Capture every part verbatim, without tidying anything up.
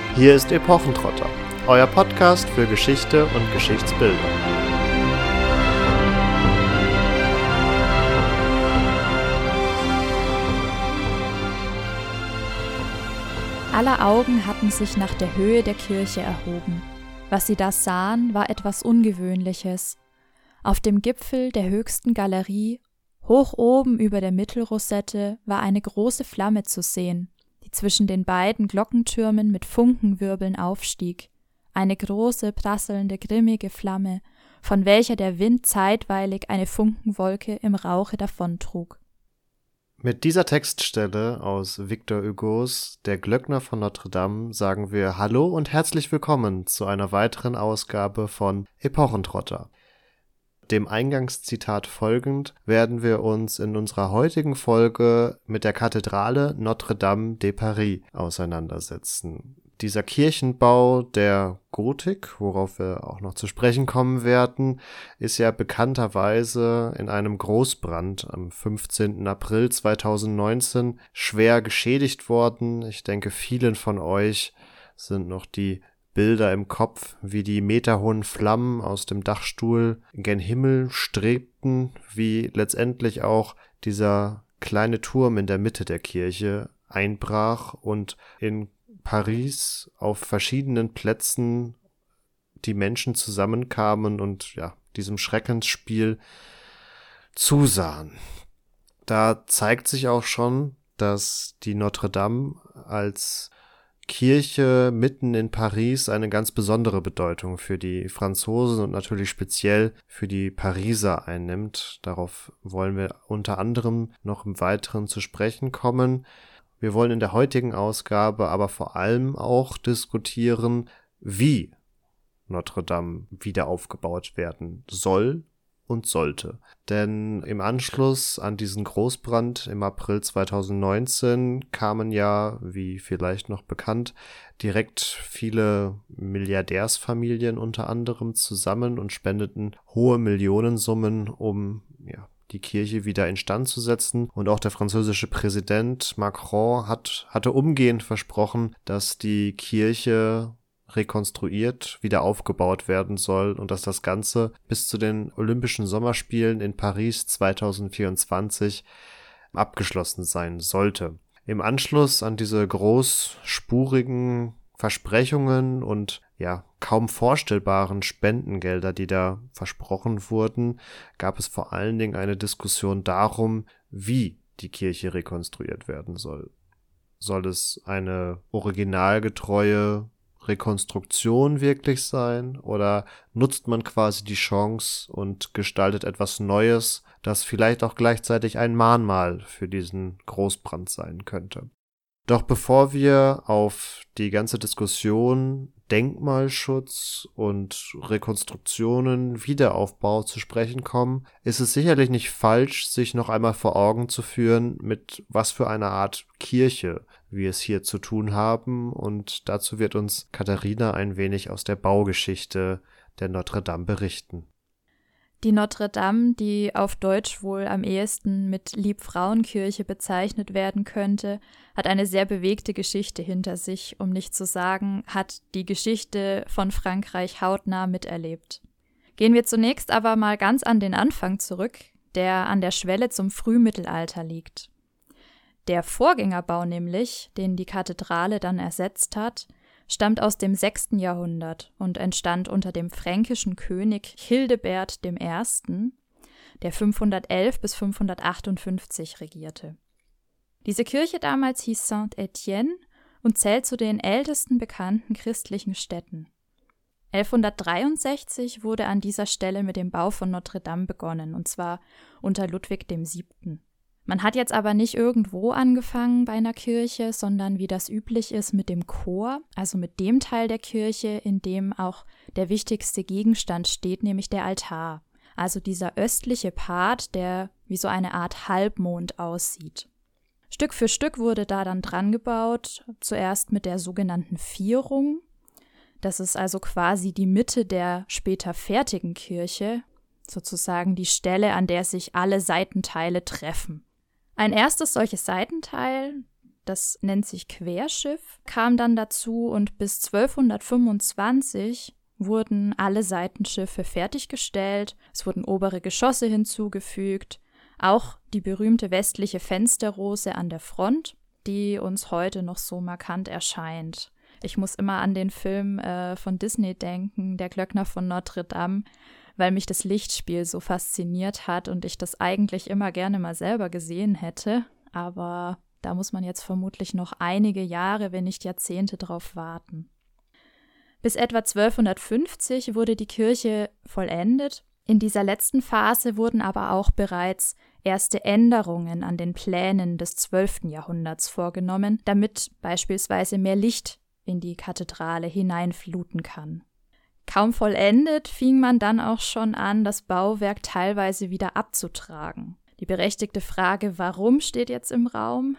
Hier ist Epochentrotter, euer Podcast für Geschichte und Geschichtsbildung. Aller Augen hatten sich nach der Höhe der Kirche erhoben. Was sie da sahen, war etwas Ungewöhnliches. Auf dem Gipfel der höchsten Galerie, hoch oben über der Mittelrosette, war eine große Flamme zu sehen, die zwischen den beiden Glockentürmen mit Funkenwirbeln aufstieg. Eine große, prasselnde, grimmige Flamme, von welcher der Wind zeitweilig eine Funkenwolke im Rauche davontrug. Mit dieser Textstelle aus Victor Hugos Der Glöckner von Notre Dame sagen wir Hallo und herzlich willkommen zu einer weiteren Ausgabe von Epochentrotter. Dem Eingangszitat folgend werden wir uns in unserer heutigen Folge mit der Kathedrale Notre Dame de Paris auseinandersetzen. Dieser Kirchenbau der Gotik, worauf wir auch noch zu sprechen kommen werden, ist ja bekannterweise in einem Großbrand am fünfzehnten April zweitausendneunzehn schwer geschädigt worden. Ich denke, vielen von euch sind noch die Bilder im Kopf, wie die meterhohen Flammen aus dem Dachstuhl gen Himmel strebten, wie letztendlich auch dieser kleine Turm in der Mitte der Kirche einbrach und in Paris auf verschiedenen Plätzen die Menschen zusammenkamen und ja, diesem Schreckensspiel zusahen. Da zeigt sich auch schon, dass die Notre Dame als Kirche mitten in Paris eine ganz besondere Bedeutung für die Franzosen und natürlich speziell für die Pariser einnimmt. Darauf wollen wir unter anderem noch im Weiteren zu sprechen kommen. Wir wollen in der heutigen Ausgabe aber vor allem auch diskutieren, wie Notre Dame wieder aufgebaut werden soll und sollte. Denn im Anschluss an diesen Großbrand im April zweitausendneunzehn kamen ja, wie vielleicht noch bekannt, direkt viele Milliardärsfamilien unter anderem zusammen und spendeten hohe Millionensummen, um ja die Kirche wieder instand zu setzen. Und auch der französische Präsident Macron hat, hatte umgehend versprochen, dass die Kirche rekonstruiert, wieder aufgebaut werden soll und dass das Ganze bis zu den Olympischen Sommerspielen in Paris zweitausendvierundzwanzig abgeschlossen sein sollte. Im Anschluss an diese großspurigen Versprechungen und ja kaum vorstellbaren Spendengelder, die da versprochen wurden, gab es vor allen Dingen eine Diskussion darum, wie die Kirche rekonstruiert werden soll. Soll es eine originalgetreue Rekonstruktion wirklich sein oder nutzt man quasi die Chance und gestaltet etwas Neues, das vielleicht auch gleichzeitig ein Mahnmal für diesen Großbrand sein könnte? Doch bevor wir auf die ganze Diskussion Denkmalschutz und Rekonstruktionen, Wiederaufbau zu sprechen kommen, ist es sicherlich nicht falsch, sich noch einmal vor Augen zu führen, mit was für einer Art Kirche wir es hier zu tun haben. Und dazu wird uns Katharina ein wenig aus der Baugeschichte der Notre Dame berichten. Die Notre Dame, die auf Deutsch wohl am ehesten mit Liebfrauenkirche bezeichnet werden könnte, hat eine sehr bewegte Geschichte hinter sich, um nicht zu sagen, hat die Geschichte von Frankreich hautnah miterlebt. Gehen wir zunächst aber mal ganz an den Anfang zurück, der an der Schwelle zum Frühmittelalter liegt. Der Vorgängerbau nämlich, den die Kathedrale dann ersetzt hat, stammt aus dem sechsten Jahrhundert und entstand unter dem fränkischen König Childebert der Erste., der fünfhundertelf bis fünfhundertachtundfünfzig regierte. Diese Kirche damals hieß Saint-Étienne und zählt zu den ältesten bekannten christlichen Städten. elfhundertdreiundsechzig wurde an dieser Stelle mit dem Bau von Notre Dame begonnen, und zwar unter Ludwig der Siebte. Man hat jetzt aber nicht irgendwo angefangen bei einer Kirche, sondern wie das üblich ist mit dem Chor, also mit dem Teil der Kirche, in dem auch der wichtigste Gegenstand steht, nämlich der Altar. Also dieser östliche Part, der wie so eine Art Halbmond aussieht. Stück für Stück wurde da dann dran gebaut, zuerst mit der sogenannten Vierung. Das ist also quasi die Mitte der später fertigen Kirche, sozusagen die Stelle, an der sich alle Seitenteile treffen. Ein erstes solches Seitenteil, das nennt sich Querschiff, kam dann dazu und bis zwölfhundertfünfundzwanzig wurden alle Seitenschiffe fertiggestellt, es wurden obere Geschosse hinzugefügt, auch die berühmte westliche Fensterrose an der Front, die uns heute noch so markant erscheint. Ich muss immer an den Film äh, von Disney denken, Der Glöckner von Notre Dame, weil mich das Lichtspiel so fasziniert hat und ich das eigentlich immer gerne mal selber gesehen hätte. Aber da muss man jetzt vermutlich noch einige Jahre, wenn nicht Jahrzehnte drauf warten. Bis etwa zwölfhundertfünfzig wurde die Kirche vollendet. In dieser letzten Phase wurden aber auch bereits erste Änderungen an den Plänen des zwölften Jahrhunderts vorgenommen, damit beispielsweise mehr Licht in die Kathedrale hineinfluten kann. Kaum vollendet fing man dann auch schon an, das Bauwerk teilweise wieder abzutragen. Die berechtigte Frage, warum, steht jetzt im Raum?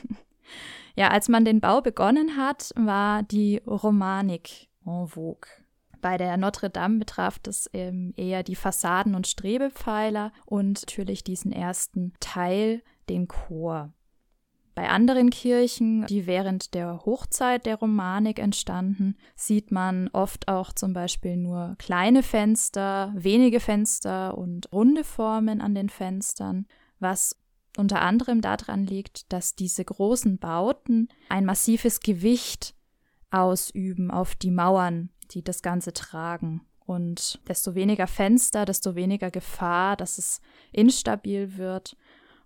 Ja, als man den Bau begonnen hat, war die Romanik en vogue. Bei der Notre Dame betraf das ähm, eher die Fassaden und Strebepfeiler und natürlich diesen ersten Teil, den Chor. Bei anderen Kirchen, die während der Hochzeit der Romanik entstanden, sieht man oft auch zum Beispiel nur kleine Fenster, wenige Fenster und runde Formen an den Fenstern, was unter anderem daran liegt, dass diese großen Bauten ein massives Gewicht ausüben auf die Mauern, die das Ganze tragen. Und desto weniger Fenster, desto weniger Gefahr, dass es instabil wird.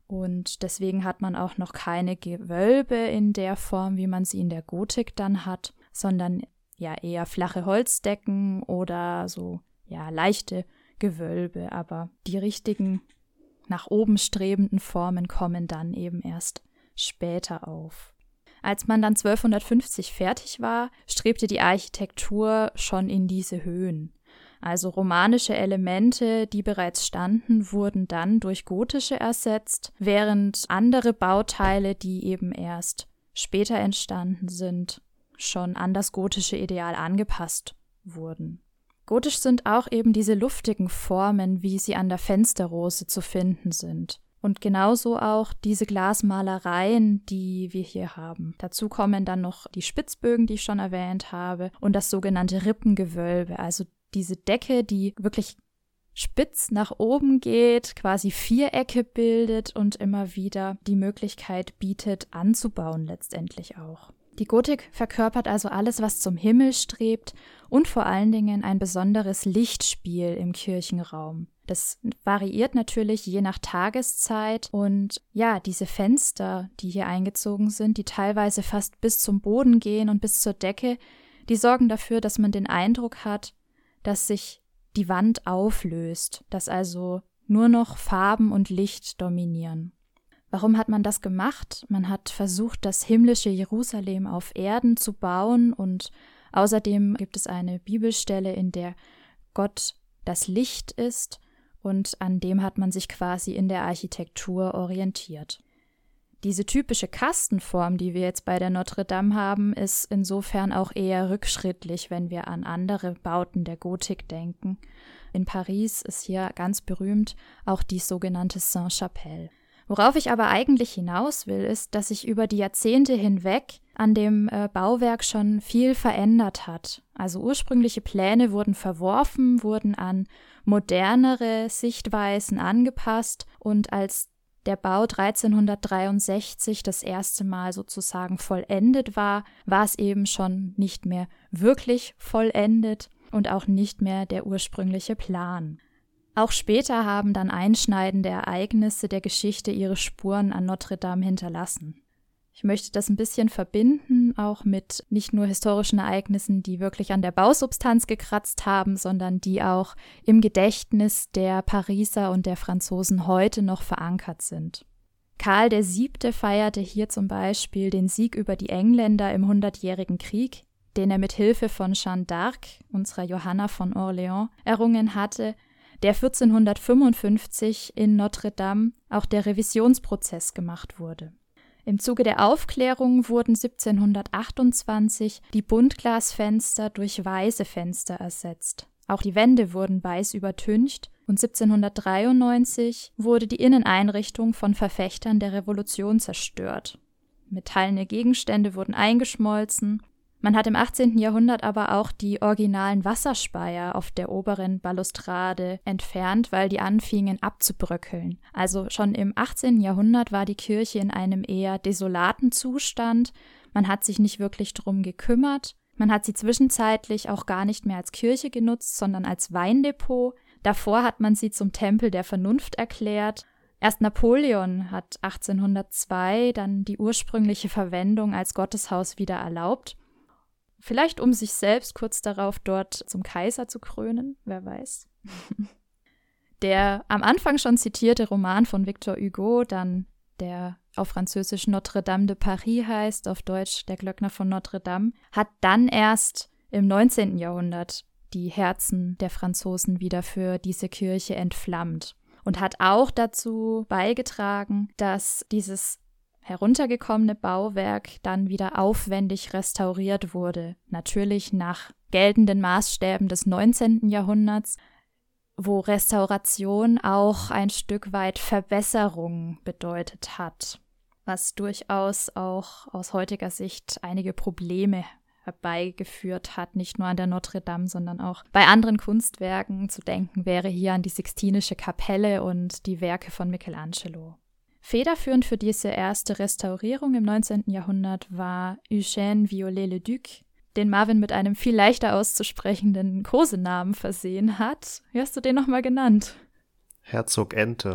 Und deswegen hat man auch noch keine Gewölbe in der Form, wie man sie in der Gotik dann hat, sondern ja eher flache Holzdecken oder so ja leichte Gewölbe. Aber die richtigen nach oben strebenden Formen kommen dann eben erst später auf. Als man dann zwölfhundertfünfzig fertig war, strebte die Architektur schon in diese Höhen. Also romanische Elemente, die bereits standen, wurden dann durch gotische ersetzt, während andere Bauteile, die eben erst später entstanden sind, schon an das gotische Ideal angepasst wurden. Gotisch sind auch eben diese luftigen Formen, wie sie an der Fensterrose zu finden sind. Und genauso auch diese Glasmalereien, die wir hier haben. Dazu kommen dann noch die Spitzbögen, die ich schon erwähnt habe, und das sogenannte Rippengewölbe, also diese Decke, die wirklich spitz nach oben geht, quasi Vierecke bildet und immer wieder die Möglichkeit bietet, anzubauen letztendlich auch. Die Gotik verkörpert also alles, was zum Himmel strebt und vor allen Dingen ein besonderes Lichtspiel im Kirchenraum. Das variiert natürlich je nach Tageszeit und ja, diese Fenster, die hier eingezogen sind, die teilweise fast bis zum Boden gehen und bis zur Decke, die sorgen dafür, dass man den Eindruck hat, dass sich die Wand auflöst, dass also nur noch Farben und Licht dominieren. Warum hat man das gemacht? Man hat versucht, das himmlische Jerusalem auf Erden zu bauen und außerdem gibt es eine Bibelstelle, in der Gott das Licht ist und an dem hat man sich quasi in der Architektur orientiert. Diese typische Kastenform, die wir jetzt bei der Notre Dame haben, ist insofern auch eher rückschrittlich, wenn wir an andere Bauten der Gotik denken. In Paris ist hier ganz berühmt auch die sogenannte Sainte-Chapelle. Worauf ich aber eigentlich hinaus will, ist, dass sich über die Jahrzehnte hinweg an dem äh, Bauwerk schon viel verändert hat. Also ursprüngliche Pläne wurden verworfen, wurden an modernere Sichtweisen angepasst und als der Bau dreizehnhundertdreiundsechzig das erste Mal sozusagen vollendet war, war es eben schon nicht mehr wirklich vollendet und auch nicht mehr der ursprüngliche Plan. Auch später haben dann einschneidende Ereignisse der Geschichte ihre Spuren an Notre Dame hinterlassen. Ich möchte das ein bisschen verbinden, auch mit nicht nur historischen Ereignissen, die wirklich an der Bausubstanz gekratzt haben, sondern die auch im Gedächtnis der Pariser und der Franzosen heute noch verankert sind. Karl der Siebte feierte hier zum Beispiel den Sieg über die Engländer im Hundertjährigen Krieg, den er mit Hilfe von Jeanne d'Arc, unserer Johanna von Orléans, errungen hatte, der vierzehnhundertfünfundfünfzig in Notre Dame auch der Revisionsprozess gemacht wurde. Im Zuge der Aufklärung wurden siebzehnhundertachtundzwanzig die Buntglasfenster durch weiße Fenster ersetzt. Auch die Wände wurden weiß übertüncht und siebzehnhundertdreiundneunzig wurde die Inneneinrichtung von Verfechtern der Revolution zerstört. Metallene Gegenstände wurden eingeschmolzen. Man hat im achtzehnten Jahrhundert aber auch die originalen Wasserspeier auf der oberen Balustrade entfernt, weil die anfingen abzubröckeln. Also schon im achtzehnten Jahrhundert war die Kirche in einem eher desolaten Zustand. Man hat sich nicht wirklich drum gekümmert. Man hat sie zwischenzeitlich auch gar nicht mehr als Kirche genutzt, sondern als Weindepot. Davor hat man sie zum Tempel der Vernunft erklärt. Erst Napoleon hat achtzehnhundertzwei dann die ursprüngliche Verwendung als Gotteshaus wieder erlaubt. Vielleicht um sich selbst kurz darauf dort zum Kaiser zu krönen, wer weiß. Der am Anfang schon zitierte Roman von Victor Hugo, dann der auf Französisch Notre Dame de Paris heißt, auf Deutsch Der Glöckner von Notre Dame, hat dann erst im neunzehnten Jahrhundert die Herzen der Franzosen wieder für diese Kirche entflammt und hat auch dazu beigetragen, dass dieses heruntergekommene Bauwerk dann wieder aufwendig restauriert wurde. Natürlich nach geltenden Maßstäben des neunzehnten Jahrhunderts, wo Restauration auch ein Stück weit Verbesserung bedeutet hat, was durchaus auch aus heutiger Sicht einige Probleme herbeigeführt hat, nicht nur an der Notre Dame, sondern auch bei anderen Kunstwerken. Zu denken wäre hier an die Sixtinische Kapelle und die Werke von Michelangelo. Federführend für diese erste Restaurierung im neunzehnten Jahrhundert war Eugène Viollet-le-Duc, den Marvin mit einem viel leichter auszusprechenden Kosenamen versehen hat. Wie hast du den nochmal genannt? Herzog Ente.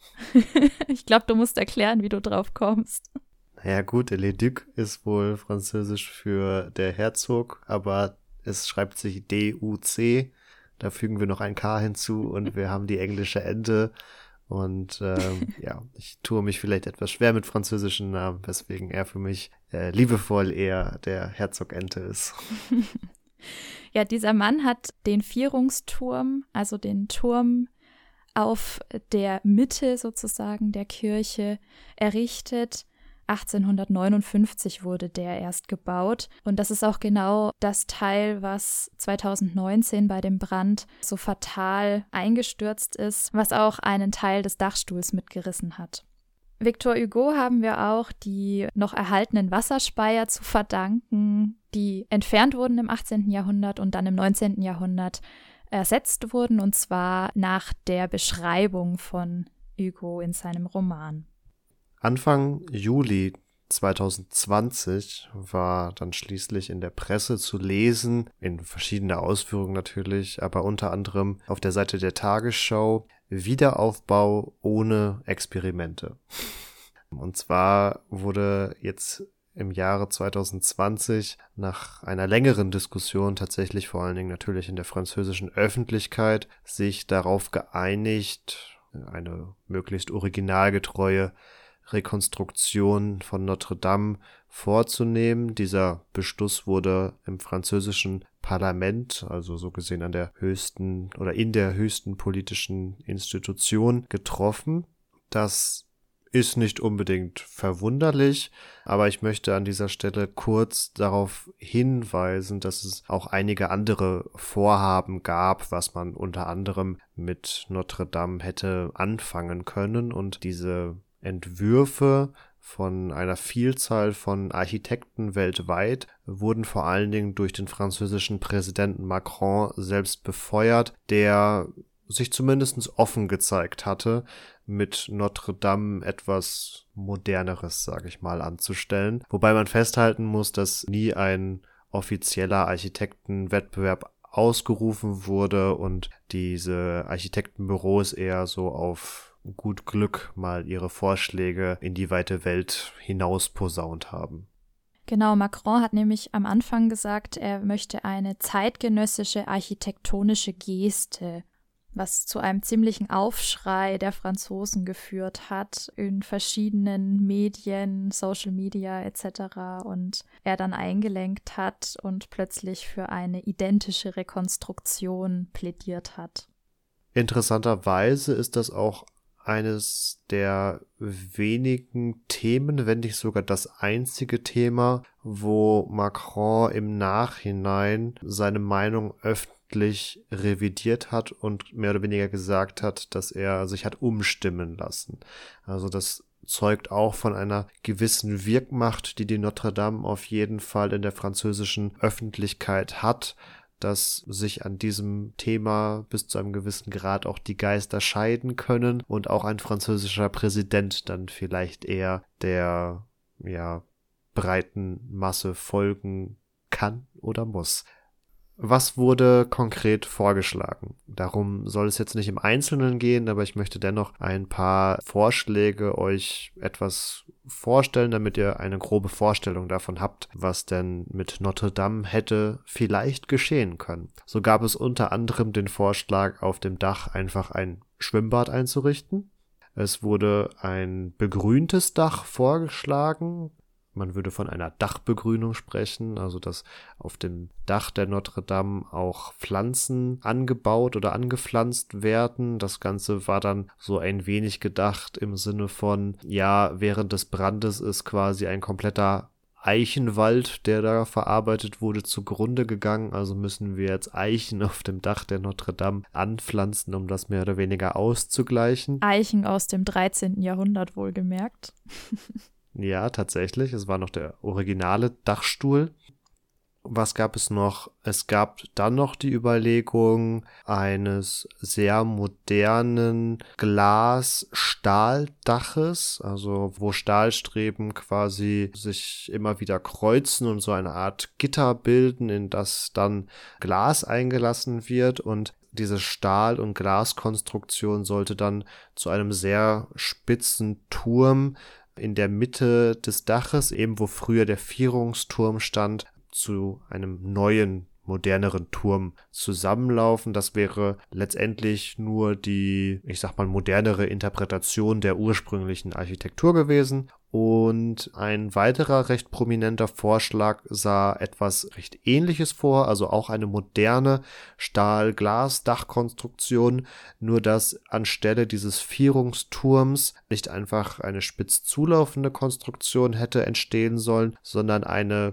Ich glaube, du musst erklären, wie du drauf kommst. Naja gut, Le Duc ist wohl französisch für der Herzog, aber es schreibt sich D U C. Da fügen wir noch ein K hinzu und wir haben die englische Ente. Und ähm, ja, ich tue mich vielleicht etwas schwer mit französischen Namen, weswegen er für mich äh, liebevoll eher der Herzog Ente ist. Ja, dieser Mann hat den Vierungsturm, also den Turm auf der Mitte sozusagen der Kirche errichtet. achtzehnhundertneunundfünfzig wurde der erst gebaut und das ist auch genau das Teil, was zweitausendneunzehn bei dem Brand so fatal eingestürzt ist, was auch einen Teil des Dachstuhls mitgerissen hat. Victor Hugo haben wir auch die noch erhaltenen Wasserspeier zu verdanken, die entfernt wurden im achtzehnten Jahrhundert und dann im neunzehnten Jahrhundert ersetzt wurden, und zwar nach der Beschreibung von Hugo in seinem Roman. Anfang Juli zweitausendzwanzig war dann schließlich in der Presse zu lesen, in verschiedener Ausführung natürlich, aber unter anderem auf der Seite der Tagesschau: Wiederaufbau ohne Experimente. Und zwar wurde jetzt im Jahre zweitausendzwanzig nach einer längeren Diskussion, tatsächlich vor allen Dingen natürlich in der französischen Öffentlichkeit, sich darauf geeinigt, eine möglichst originalgetreue Rekonstruktion von Notre Dame vorzunehmen. Dieser Beschluss wurde im französischen Parlament, also so gesehen an der höchsten oder in der höchsten politischen Institution, getroffen. Das ist nicht unbedingt verwunderlich, aber ich möchte an dieser Stelle kurz darauf hinweisen, dass es auch einige andere Vorhaben gab, was man unter anderem mit Notre Dame hätte anfangen können, und diese Entwürfe von einer Vielzahl von Architekten weltweit wurden vor allen Dingen durch den französischen Präsidenten Macron selbst befeuert, der sich zumindest offen gezeigt hatte, mit Notre Dame etwas Moderneres, sage ich mal, anzustellen. Wobei man festhalten muss, dass nie ein offizieller Architektenwettbewerb ausgerufen wurde und diese Architektenbüros eher so auf gut Glück mal ihre Vorschläge in die weite Welt hinaus posaunt haben. Genau, Macron hat nämlich am Anfang gesagt, er möchte eine zeitgenössische architektonische Geste, was zu einem ziemlichen Aufschrei der Franzosen geführt hat in verschiedenen Medien, Social Media et cetera, und er dann eingelenkt hat und plötzlich für eine identische Rekonstruktion plädiert hat. Interessanterweise ist das auch eines der wenigen Themen, wenn nicht sogar das einzige Thema, wo Macron im Nachhinein seine Meinung öffentlich revidiert hat und mehr oder weniger gesagt hat, dass er sich hat umstimmen lassen. Also das zeugt auch von einer gewissen Wirkmacht, die die Notre Dame auf jeden Fall in der französischen Öffentlichkeit hat, dass sich an diesem Thema bis zu einem gewissen Grad auch die Geister scheiden können und auch ein französischer Präsident dann vielleicht eher der, ja, breiten Masse folgen kann oder muss. Was wurde konkret vorgeschlagen? Darum soll es jetzt nicht im Einzelnen gehen, aber ich möchte dennoch ein paar Vorschläge euch etwas vorstellen, damit ihr eine grobe Vorstellung davon habt, was denn mit Notre Dame hätte vielleicht geschehen können. So gab es unter anderem den Vorschlag, auf dem Dach einfach ein Schwimmbad einzurichten. Es wurde ein begrüntes Dach vorgeschlagen. Man würde von einer Dachbegrünung sprechen, also dass auf dem Dach der Notre Dame auch Pflanzen angebaut oder angepflanzt werden. Das Ganze war dann so ein wenig gedacht im Sinne von, ja, während des Brandes ist quasi ein kompletter Eichenwald, der da verarbeitet wurde, zugrunde gegangen. Also müssen wir jetzt Eichen auf dem Dach der Notre Dame anpflanzen, um das mehr oder weniger auszugleichen. Eichen aus dem dreizehnten Jahrhundert wohlgemerkt. Ja, tatsächlich. Es war noch der originale Dachstuhl. Was gab es noch? Es gab dann noch die Überlegung eines sehr modernen Glas-Stahldaches, also wo Stahlstreben quasi sich immer wieder kreuzen und so eine Art Gitter bilden, in das dann Glas eingelassen wird, und diese Stahl- und Glaskonstruktion sollte dann zu einem sehr spitzen Turm in der Mitte des Daches, eben wo früher der Vierungsturm stand, zu einem neuen, moderneren Turm zusammenlaufen. Das wäre letztendlich nur die, ich sag mal, modernere Interpretation der ursprünglichen Architektur gewesen. Und ein weiterer recht prominenter Vorschlag sah etwas recht Ähnliches vor, also auch eine moderne Stahl-Glas-Dachkonstruktion, nur dass anstelle dieses Vierungsturms nicht einfach eine spitz zulaufende Konstruktion hätte entstehen sollen, sondern eine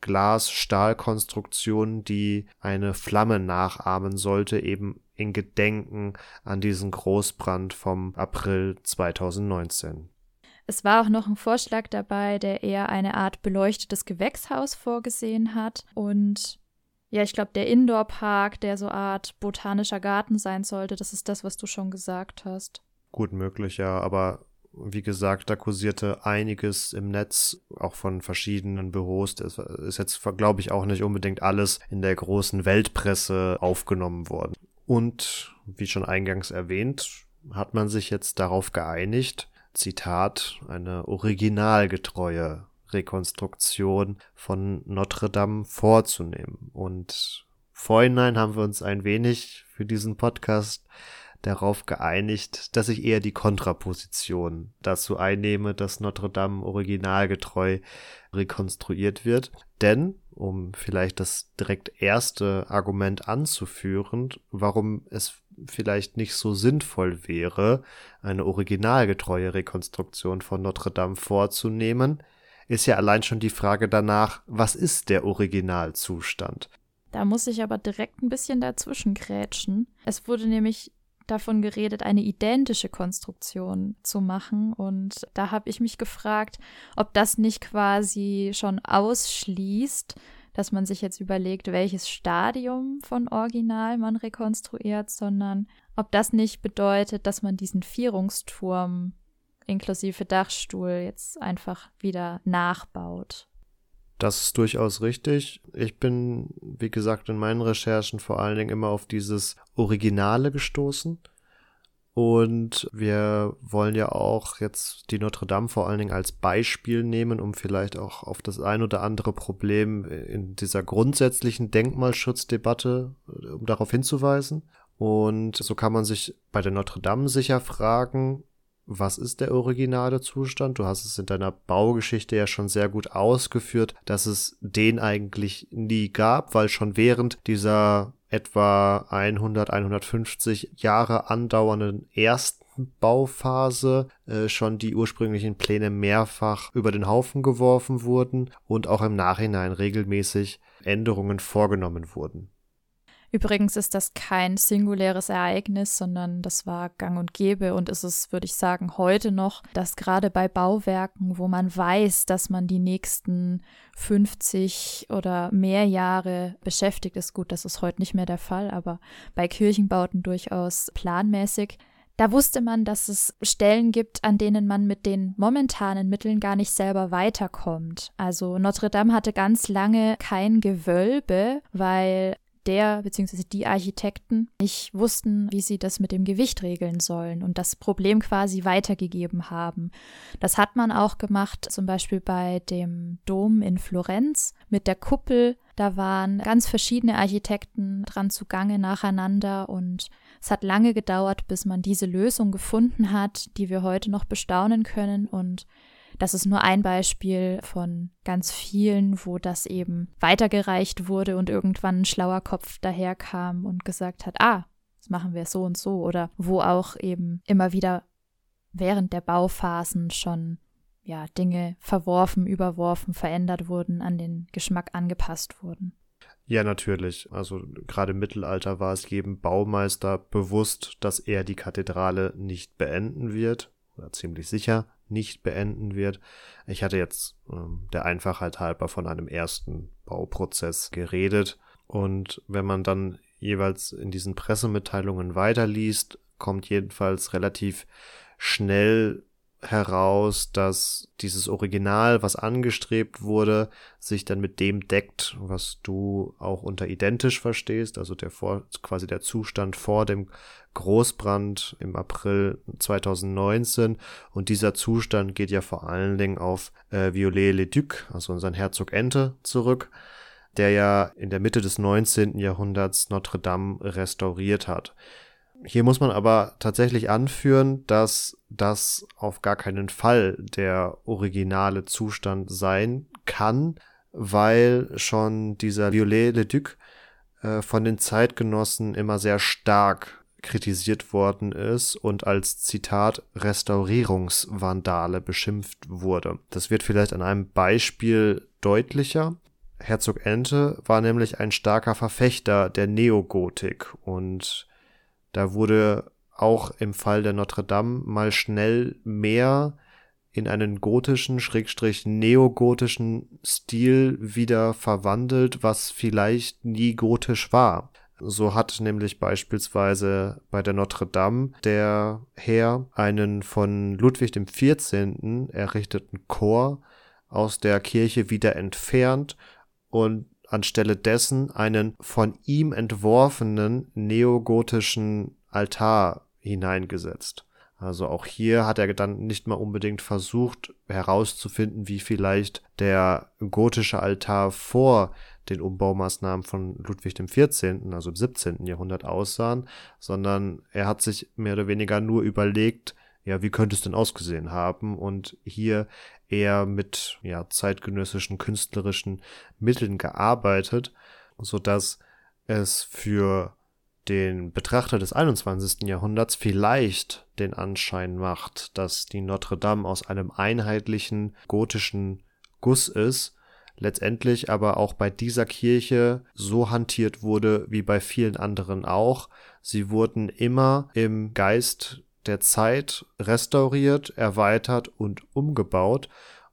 Glas-Stahl-Konstruktion, die eine Flamme nachahmen sollte, eben in Gedenken an diesen Großbrand vom April zweitausendneunzehn. Es war auch noch ein Vorschlag dabei, der eher eine Art beleuchtetes Gewächshaus vorgesehen hat. Und ja, ich glaube, der Indoor-Park, der so Art botanischer Garten sein sollte, das ist das, was du schon gesagt hast. Gut möglich, ja, aber wie gesagt, da kursierte einiges im Netz, auch von verschiedenen Büros. Das ist jetzt, glaube ich, auch nicht unbedingt alles in der großen Weltpresse aufgenommen worden. Und wie schon eingangs erwähnt, hat man sich jetzt darauf geeinigt, Zitat, eine originalgetreue Rekonstruktion von Notre Dame vorzunehmen. Und vorhinein haben wir uns ein wenig für diesen Podcast darauf geeinigt, dass ich eher die Kontraposition dazu einnehme, dass Notre Dame originalgetreu rekonstruiert wird. Denn, um vielleicht das direkt erste Argument anzuführen, warum es vielleicht nicht so sinnvoll wäre, eine originalgetreue Rekonstruktion von Notre Dame vorzunehmen, ist ja allein schon die Frage danach, was ist der Originalzustand? Da muss ich aber direkt ein bisschen dazwischen grätschen. Es wurde nämlich davon geredet, eine identische Konstruktion zu machen. Und da habe ich mich gefragt, ob das nicht quasi schon ausschließt, dass man sich jetzt überlegt, welches Stadium von Original man rekonstruiert, sondern ob das nicht bedeutet, dass man diesen Vierungsturm inklusive Dachstuhl jetzt einfach wieder nachbaut. Das ist durchaus richtig. Ich bin, wie gesagt, in meinen Recherchen vor allen Dingen immer auf dieses Originale gestoßen. Und wir wollen ja auch jetzt die Notre Dame vor allen Dingen als Beispiel nehmen, um vielleicht auch auf das ein oder andere Problem in dieser grundsätzlichen Denkmalschutzdebatte, um darauf hinzuweisen. Und so kann man sich bei der Notre Dame sicher fragen, was ist der originale Zustand? Du hast es in deiner Baugeschichte ja schon sehr gut ausgeführt, dass es den eigentlich nie gab, weil schon während dieser etwa hundert, hundertfünfzig Jahre andauernden ersten Bauphase äh, schon die ursprünglichen Pläne mehrfach über den Haufen geworfen wurden und auch im Nachhinein regelmäßig Änderungen vorgenommen wurden. Übrigens ist das kein singuläres Ereignis, sondern das war gang und gäbe und ist es, würde ich sagen, heute noch, dass gerade bei Bauwerken, wo man weiß, dass man die nächsten fünfzig oder mehr Jahre beschäftigt ist, gut, das ist heute nicht mehr der Fall, aber bei Kirchenbauten durchaus planmäßig, da wusste man, dass es Stellen gibt, an denen man mit den momentanen Mitteln gar nicht selber weiterkommt. Also Notre Dame hatte ganz lange kein Gewölbe, weil der bzw. die Architekten nicht wussten, wie sie das mit dem Gewicht regeln sollen und das Problem quasi weitergegeben haben. Das hat man auch gemacht, zum Beispiel bei dem Dom in Florenz mit der Kuppel. Da waren ganz verschiedene Architekten dran zugange nacheinander und es hat lange gedauert, bis man diese Lösung gefunden hat, die wir heute noch bestaunen können, und das ist nur ein Beispiel von ganz vielen, wo das eben weitergereicht wurde und irgendwann ein schlauer Kopf daherkam und gesagt hat, ah, das machen wir so und so, oder wo auch eben immer wieder während der Bauphasen schon ja, Dinge verworfen, überworfen, verändert wurden, an den Geschmack angepasst wurden. Ja, natürlich. Also gerade im Mittelalter war es jedem Baumeister bewusst, dass er die Kathedrale nicht beenden wird, oder ziemlich sicher nicht beenden wird. Ich hatte jetzt ähm, der Einfachheit halber von einem ersten Bauprozess geredet. Und wenn man dann jeweils in diesen Pressemitteilungen weiterliest, kommt jedenfalls relativ schnell heraus, dass dieses Original, was angestrebt wurde, sich dann mit dem deckt, was du auch unter identisch verstehst, also der vor, quasi der Zustand vor dem Großbrand im April zweitausendneunzehn, und dieser Zustand geht ja vor allen Dingen auf äh, Viollet-le-Duc, also unseren Herzog Ente, zurück, der ja in der Mitte des neunzehnten Jahrhunderts Notre Dame restauriert hat. Hier muss man aber tatsächlich anführen, dass das auf gar keinen Fall der originale Zustand sein kann, weil schon dieser Viollet-le-Duc äh, von den Zeitgenossen immer sehr stark kritisiert worden ist und als, Zitat, Restaurierungsvandale beschimpft wurde. Das wird vielleicht an einem Beispiel deutlicher. Herzog Ente war nämlich ein starker Verfechter der Neogotik, und da wurde auch im Fall der Notre Dame mal schnell mehr in einen gotischen, schrägstrich neogotischen Stil wieder verwandelt, was vielleicht nie gotisch war. So hat nämlich beispielsweise bei der Notre Dame der Herr einen von Ludwig dem vierzehnten errichteten Chor aus der Kirche wieder entfernt und anstelle dessen einen von ihm entworfenen neogotischen Altar hineingesetzt. Also auch hier hat er dann nicht mal unbedingt versucht herauszufinden, wie vielleicht der gotische Altar vor den Umbaumaßnahmen von Ludwig dem vierzehnten, also im siebzehnten Jahrhundert aussahen, sondern er hat sich mehr oder weniger nur überlegt, ja, wie könnte es denn ausgesehen haben, und hier eher mit ja, zeitgenössischen künstlerischen Mitteln gearbeitet, sodass es für den Betrachter des einundzwanzigsten Jahrhunderts vielleicht den Anschein macht, dass die Notre Dame aus einem einheitlichen gotischen Guss ist, letztendlich aber auch bei dieser Kirche so hantiert wurde wie bei vielen anderen auch. Sie wurden immer im Geist der Zeit restauriert, erweitert und umgebaut,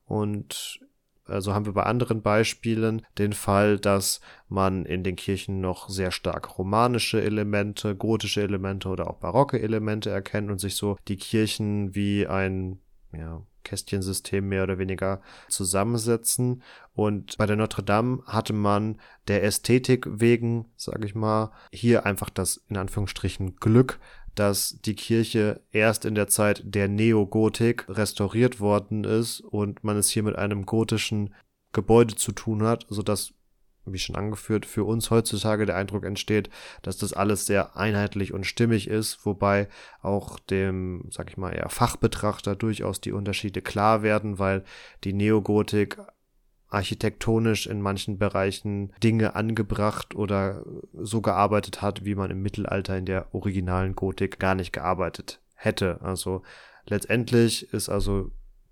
und also haben wir bei anderen Beispielen den Fall, dass man in den Kirchen noch sehr stark romanische Elemente, gotische Elemente oder auch barocke Elemente erkennt und sich so die Kirchen wie ein ja, Kästchensystem mehr oder weniger zusammensetzen. Und bei der Notre Dame hatte man der Ästhetik wegen, sage ich mal, hier einfach das in Anführungsstrichen Glück, dass die Kirche erst in der Zeit der Neogotik restauriert worden ist und man es hier mit einem gotischen Gebäude zu tun hat, sodass, wie schon angeführt, für uns heutzutage der Eindruck entsteht, dass das alles sehr einheitlich und stimmig ist, wobei auch dem, sag ich mal, eher Fachbetrachter durchaus die Unterschiede klar werden, weil die Neogotik architektonisch in manchen Bereichen Dinge angebracht oder so gearbeitet hat, wie man im Mittelalter in der originalen Gotik gar nicht gearbeitet hätte. Also letztendlich ist also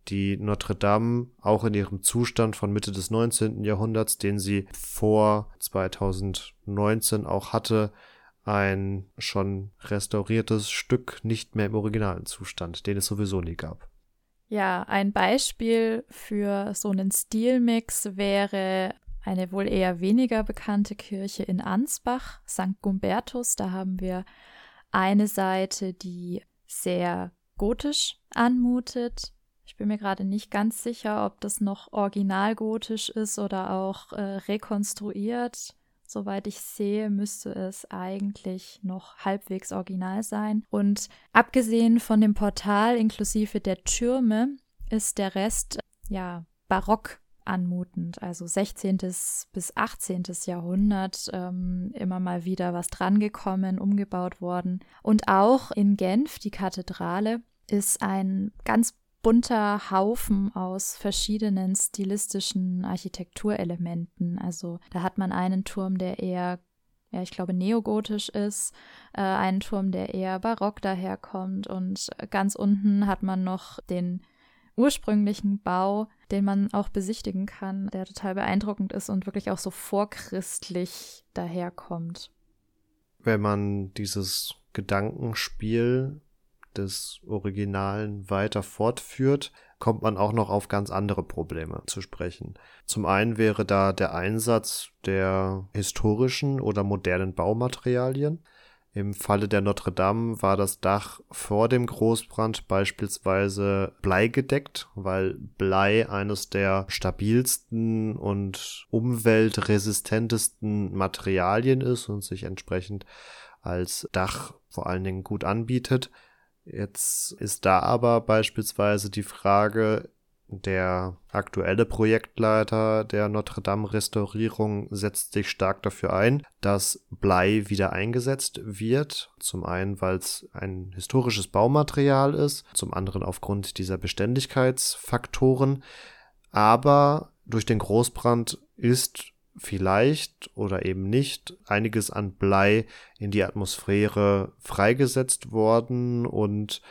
Die Notre Dame, auch in ihrem Zustand von Mitte des neunzehnten Jahrhunderts, den sie vor zweitausendneunzehn auch hatte, ein schon restauriertes Stück nicht mehr im originalen Zustand, den es sowieso nie gab. Ja, ein Beispiel für so einen Stilmix wäre eine wohl eher weniger bekannte Kirche in Ansbach, Sankt Gumbertus. Da haben wir eine Seite, die sehr gotisch anmutet. Ich bin mir gerade nicht ganz sicher, ob das noch originalgotisch ist oder auch äh, rekonstruiert. Soweit ich sehe, müsste es eigentlich noch halbwegs original sein. Und abgesehen von dem Portal inklusive der Türme ist der Rest ja barock anmutend, also sechzehntes bis achtzehntes Jahrhundert, ähm, immer mal wieder was drangekommen, umgebaut worden. Und auch in Genf, die Kathedrale, ist ein ganz bunter Haufen aus verschiedenen stilistischen Architekturelementen. Also da hat man einen Turm, der eher, ja, ich glaube, neogotisch ist, äh, einen Turm, der eher barock daherkommt, und ganz unten hat man noch den ursprünglichen Bau, den man auch besichtigen kann, der total beeindruckend ist und wirklich auch so vorchristlich daherkommt. Wenn man dieses Gedankenspiel des Originalen weiter fortführt, kommt man auch noch auf ganz andere Probleme zu sprechen. Zum einen wäre da der Einsatz der historischen oder modernen Baumaterialien. Im Falle der Notre Dame war das Dach vor dem Großbrand beispielsweise bleigedeckt, weil Blei eines der stabilsten und umweltresistentesten Materialien ist und sich entsprechend als Dach vor allen Dingen gut anbietet. Jetzt ist da aber beispielsweise die Frage, der aktuelle Projektleiter der Notre-Dame-Restaurierung setzt sich stark dafür ein, dass Blei wieder eingesetzt wird. Zum einen, weil es ein historisches Baumaterial ist, zum anderen aufgrund dieser Beständigkeitsfaktoren. Aber durch den Großbrand ist vielleicht oder eben nicht einiges an Blei in die Atmosphäre freigesetzt worden, und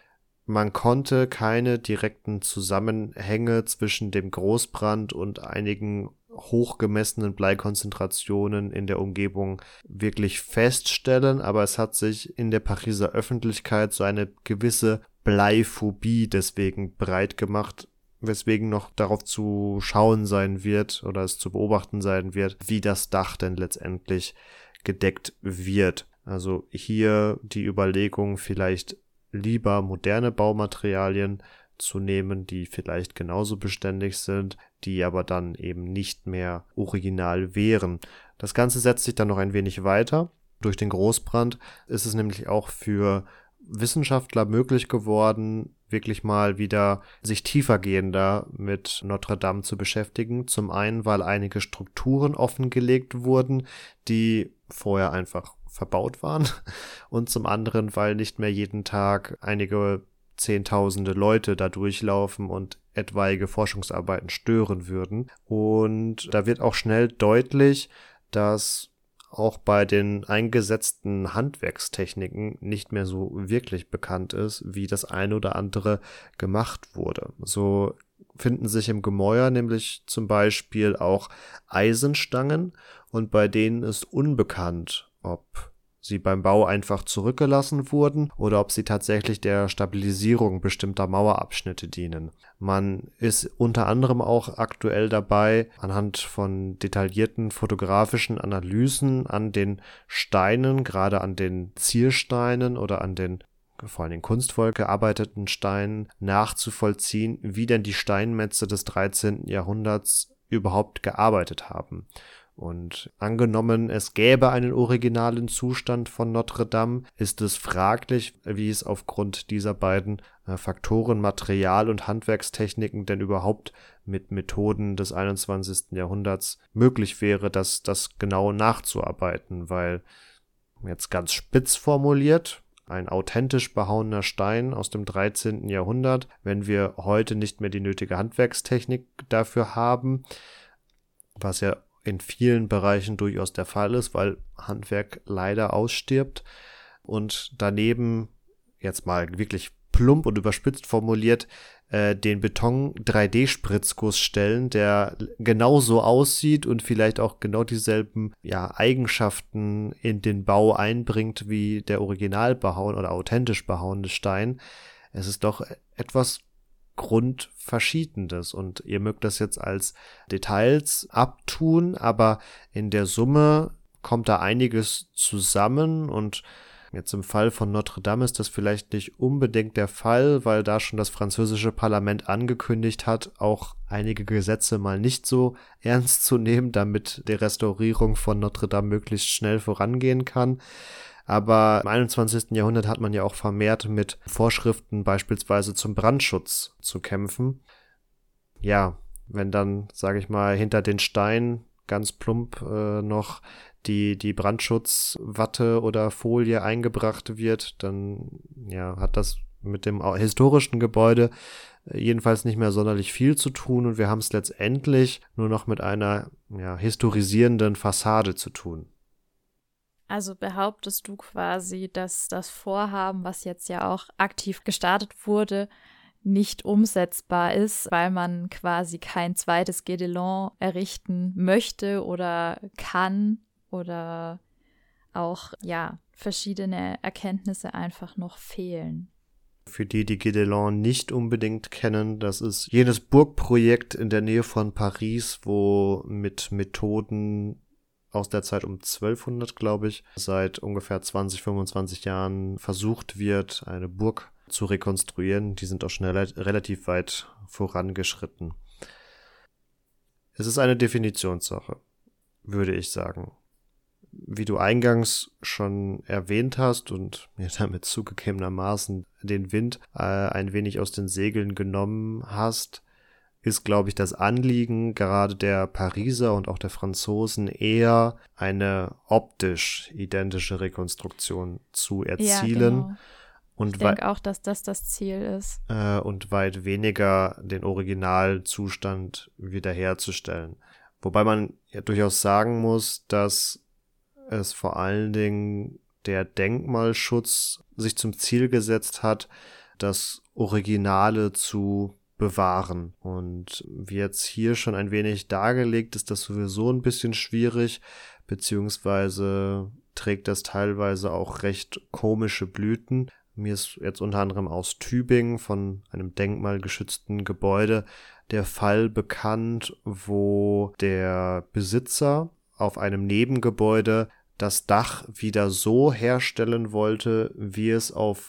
man konnte keine direkten Zusammenhänge zwischen dem Großbrand und einigen hochgemessenen Bleikonzentrationen in der Umgebung wirklich feststellen, aber es hat sich in der Pariser Öffentlichkeit so eine gewisse Bleiphobie deswegen breit gemacht, weswegen noch darauf zu schauen sein wird oder es zu beobachten sein wird, wie das Dach denn letztendlich gedeckt wird. Also hier die Überlegung, vielleicht lieber moderne Baumaterialien zu nehmen, die vielleicht genauso beständig sind, die aber dann eben nicht mehr original wären. Das Ganze setzt sich dann noch ein wenig weiter. Durch den Großbrand ist es nämlich auch für Wissenschaftler möglich geworden, wirklich mal wieder sich tiefergehender mit Notre Dame zu beschäftigen. Zum einen, weil einige Strukturen offengelegt wurden, die vorher einfach verbaut waren, und zum anderen, weil nicht mehr jeden Tag einige Zehntausende Leute da durchlaufen und etwaige Forschungsarbeiten stören würden. Und da wird auch schnell deutlich, dass auch bei den eingesetzten Handwerkstechniken nicht mehr so wirklich bekannt ist, wie das eine oder andere gemacht wurde. So finden sich im Gemäuer nämlich zum Beispiel auch Eisenstangen, und bei denen ist unbekannt, ob sie beim Bau einfach zurückgelassen wurden oder ob sie tatsächlich der Stabilisierung bestimmter Mauerabschnitte dienen. Man ist unter anderem auch aktuell dabei, anhand von detaillierten fotografischen Analysen an den Steinen, gerade an den Ziersteinen oder an den vor allem kunstvoll gearbeiteten Steinen, nachzuvollziehen, wie denn die Steinmetze des dreizehnten Jahrhunderts überhaupt gearbeitet haben. Und angenommen, es gäbe einen originalen Zustand von Notre Dame, ist es fraglich, wie es aufgrund dieser beiden äh, Faktoren, Material- und Handwerkstechniken, denn überhaupt mit Methoden des einundzwanzigsten Jahrhunderts möglich wäre, das, das genau nachzuarbeiten, weil, jetzt ganz spitz formuliert, ein authentisch behauener Stein aus dem dreizehnten Jahrhundert, wenn wir heute nicht mehr die nötige Handwerkstechnik dafür haben, was ja in vielen Bereichen durchaus der Fall ist, weil Handwerk leider ausstirbt, und daneben, jetzt mal wirklich plump und überspitzt formuliert, äh, den Beton drei D-Spritzguss stellen, der genauso aussieht und vielleicht auch genau dieselben ja, Eigenschaften in den Bau einbringt wie der original behauene oder authentisch behauene Stein. Es ist doch etwas Grundverschiedenes und ihr mögt das jetzt als Details abtun, aber in der Summe kommt da einiges zusammen und jetzt im Fall von Notre Dame ist das vielleicht nicht unbedingt der Fall, weil da schon das französische Parlament angekündigt hat, auch einige Gesetze mal nicht so ernst zu nehmen, damit die Restaurierung von Notre Dame möglichst schnell vorangehen kann. Aber im einundzwanzigsten Jahrhundert hat man ja auch vermehrt mit Vorschriften beispielsweise zum Brandschutz zu kämpfen. Ja, wenn dann, sage ich mal, hinter den Steinen ganz plump äh, noch die, die Brandschutzwatte oder Folie eingebracht wird, dann ja, hat das mit dem historischen Gebäude jedenfalls nicht mehr sonderlich viel zu tun und wir haben es letztendlich nur noch mit einer ja, historisierenden Fassade zu tun. Also behauptest du quasi, dass das Vorhaben, was jetzt ja auch aktiv gestartet wurde, nicht umsetzbar ist, weil man quasi kein zweites Guédelon errichten möchte oder kann oder auch, ja, verschiedene Erkenntnisse einfach noch fehlen. Für die, die Guédelon nicht unbedingt kennen, das ist jenes Burgprojekt in der Nähe von Paris, wo mit Methoden aus der Zeit um zwölfhundert, glaube ich, seit ungefähr zwanzig, fünfundzwanzig Jahren versucht wird, eine Burg zu rekonstruieren. Die sind auch schon relativ weit vorangeschritten. Es ist eine Definitionssache, würde ich sagen. Wie du eingangs schon erwähnt hast und mir damit zugegebenermaßen den Wind äh, ein wenig aus den Segeln genommen hast, ist, glaube ich, das Anliegen gerade der Pariser und auch der Franzosen eher eine optisch identische Rekonstruktion zu erzielen. Ja, genau. Und ich denke auch, dass das das Ziel ist. Äh, und weit weniger den Originalzustand wiederherzustellen. Wobei man ja durchaus sagen muss, dass es vor allen Dingen der Denkmalschutz sich zum Ziel gesetzt hat, das Originale zu bewahren. Und wie jetzt hier schon ein wenig dargelegt, ist das sowieso ein bisschen schwierig, beziehungsweise trägt das teilweise auch recht komische Blüten. Mir ist jetzt unter anderem aus Tübingen von einem denkmalgeschützten Gebäude der Fall bekannt, wo der Besitzer auf einem Nebengebäude das Dach wieder so herstellen wollte, wie es auf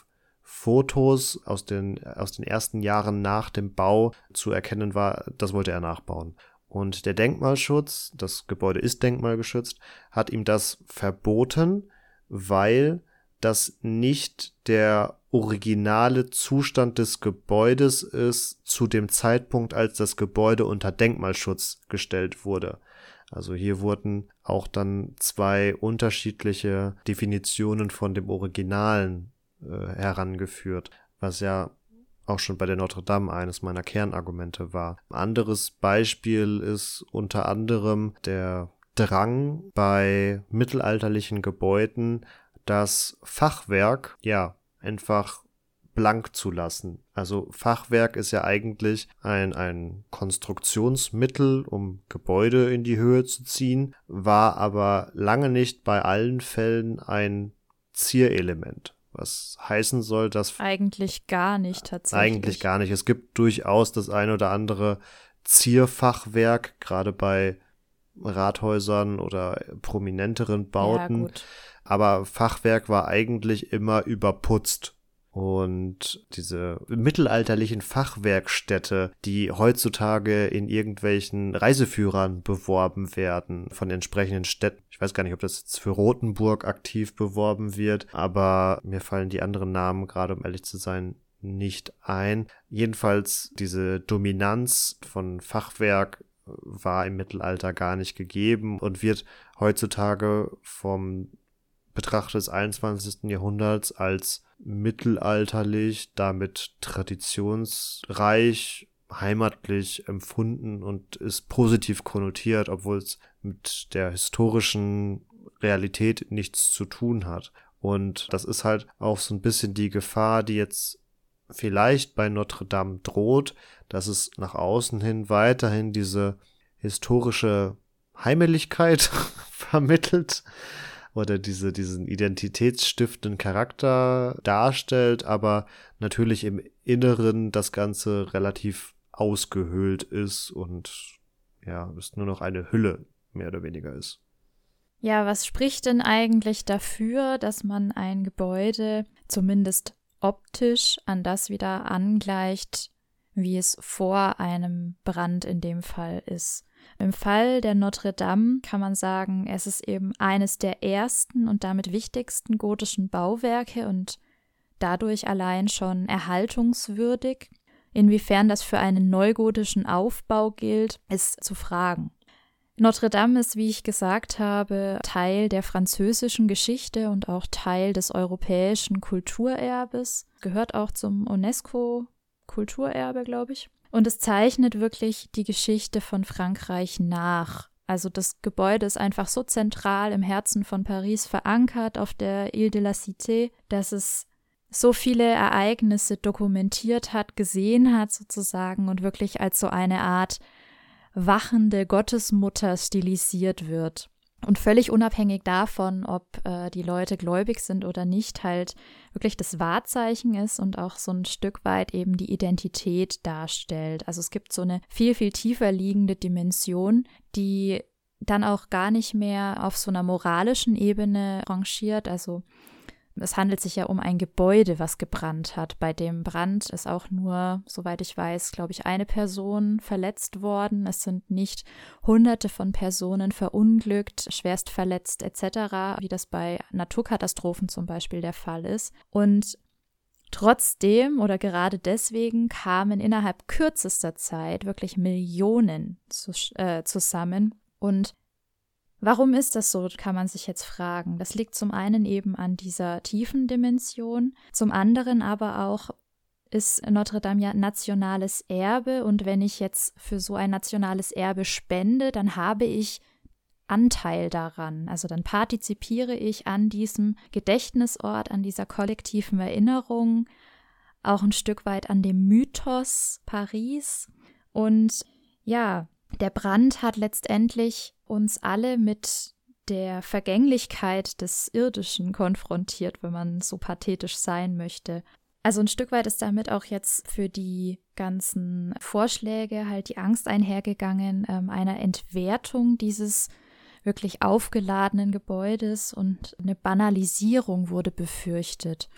Fotos aus den, aus den ersten Jahren nach dem Bau zu erkennen war. Das wollte er nachbauen. Und der Denkmalschutz, das Gebäude ist denkmalgeschützt, hat ihm das verboten, weil das nicht der originale Zustand des Gebäudes ist zu dem Zeitpunkt, als das Gebäude unter Denkmalschutz gestellt wurde. Also hier wurden auch dann zwei unterschiedliche Definitionen von dem Originalen äh, herangeführt, was ja auch schon bei der Notre Dame eines meiner Kernargumente war. Ein anderes Beispiel ist unter anderem der Drang bei mittelalterlichen Gebäuden, das Fachwerk, ja, einfach blank zu lassen. Also Fachwerk ist ja eigentlich ein, ein Konstruktionsmittel, um Gebäude in die Höhe zu ziehen, war aber lange nicht bei allen Fällen ein Zierelement. Was heißen soll, dass... Eigentlich gar nicht tatsächlich. Eigentlich gar nicht. Es gibt durchaus das ein oder andere Zierfachwerk, gerade bei Rathäusern oder prominenteren Bauten. Ja, gut. Aber Fachwerk war eigentlich immer überputzt. Und diese mittelalterlichen Fachwerkstätte, die heutzutage in irgendwelchen Reiseführern beworben werden von entsprechenden Städten. Ich weiß gar nicht, ob das jetzt für Rothenburg aktiv beworben wird, aber mir fallen die anderen Namen gerade, um ehrlich zu sein, nicht ein. Jedenfalls diese Dominanz von Fachwerk war im Mittelalter gar nicht gegeben und wird heutzutage vom Betrachter des einundzwanzigsten Jahrhunderts als mittelalterlich, damit traditionsreich, heimatlich empfunden und ist positiv konnotiert, obwohl es mit der historischen Realität nichts zu tun hat. Und das ist halt auch so ein bisschen die Gefahr, die jetzt vielleicht bei Notre Dame droht, dass es nach außen hin weiterhin diese historische Heimeligkeit vermittelt oder diese, diesen identitätsstiftenden Charakter darstellt, aber natürlich im Inneren das Ganze relativ ausgehöhlt ist und ja, es nur noch eine Hülle mehr oder weniger ist. Ja, was spricht denn eigentlich dafür, dass man ein Gebäude zumindest optisch an das wieder angleicht, wie es vor einem Brand in dem Fall ist? Im Fall der Notre Dame kann man sagen, es ist eben eines der ersten und damit wichtigsten gotischen Bauwerke und dadurch allein schon erhaltungswürdig. Inwiefern das für einen neugotischen Aufbau gilt, ist zu fragen. Notre Dame ist, wie ich gesagt habe, Teil der französischen Geschichte und auch Teil des europäischen Kulturerbes, gehört auch zum UNESCO-Kulturerbe, glaube ich. Und es zeichnet wirklich die Geschichte von Frankreich nach. Also das Gebäude ist einfach so zentral im Herzen von Paris verankert auf der Ile de la Cité, dass es so viele Ereignisse dokumentiert hat, gesehen hat sozusagen und wirklich als so eine Art wachende Gottesmutter stilisiert wird. Und völlig unabhängig davon, ob äh, die Leute gläubig sind oder nicht, halt wirklich das Wahrzeichen ist und auch so ein Stück weit eben die Identität darstellt. Also es gibt so eine viel, viel tiefer liegende Dimension, die dann auch gar nicht mehr auf so einer moralischen Ebene rangiert. Also es handelt sich ja um ein Gebäude, was gebrannt hat. Bei dem Brand ist auch nur, soweit ich weiß, glaube ich, eine Person verletzt worden. Es sind nicht Hunderte von Personen verunglückt, schwerst verletzt et cetera, wie das bei Naturkatastrophen zum Beispiel der Fall ist. Und trotzdem oder gerade deswegen kamen innerhalb kürzester Zeit wirklich Millionen zu, äh, zusammen. Und warum ist das so, kann man sich jetzt fragen. Das liegt zum einen eben an dieser tiefen Dimension, zum anderen aber auch ist Notre Dame ja nationales Erbe und wenn ich jetzt für so ein nationales Erbe spende, dann habe ich Anteil daran. Also dann partizipiere ich an diesem Gedächtnisort, an dieser kollektiven Erinnerung, auch ein Stück weit an dem Mythos Paris. Und ja, der Brand hat letztendlich uns alle mit der Vergänglichkeit des Irdischen konfrontiert, wenn man so pathetisch sein möchte. Also ein Stück weit ist damit auch jetzt für die ganzen Vorschläge halt die Angst einhergegangen, ähm, einer Entwertung dieses wirklich aufgeladenen Gebäudes und eine Banalisierung wurde befürchtet.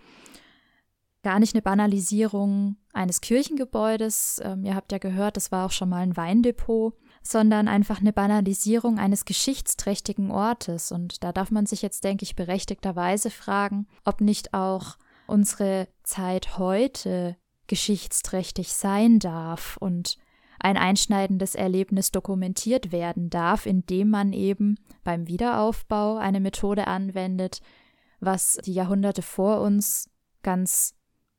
Gar nicht eine Banalisierung eines Kirchengebäudes, ähm, ihr habt ja gehört, das war auch schon mal ein Weindepot, sondern einfach eine Banalisierung eines geschichtsträchtigen Ortes. Und da darf man sich jetzt, denke ich, berechtigterweise fragen, ob nicht auch unsere Zeit heute geschichtsträchtig sein darf und ein einschneidendes Erlebnis dokumentiert werden darf, indem man eben beim Wiederaufbau eine Methode anwendet, was die Jahrhunderte vor uns ganz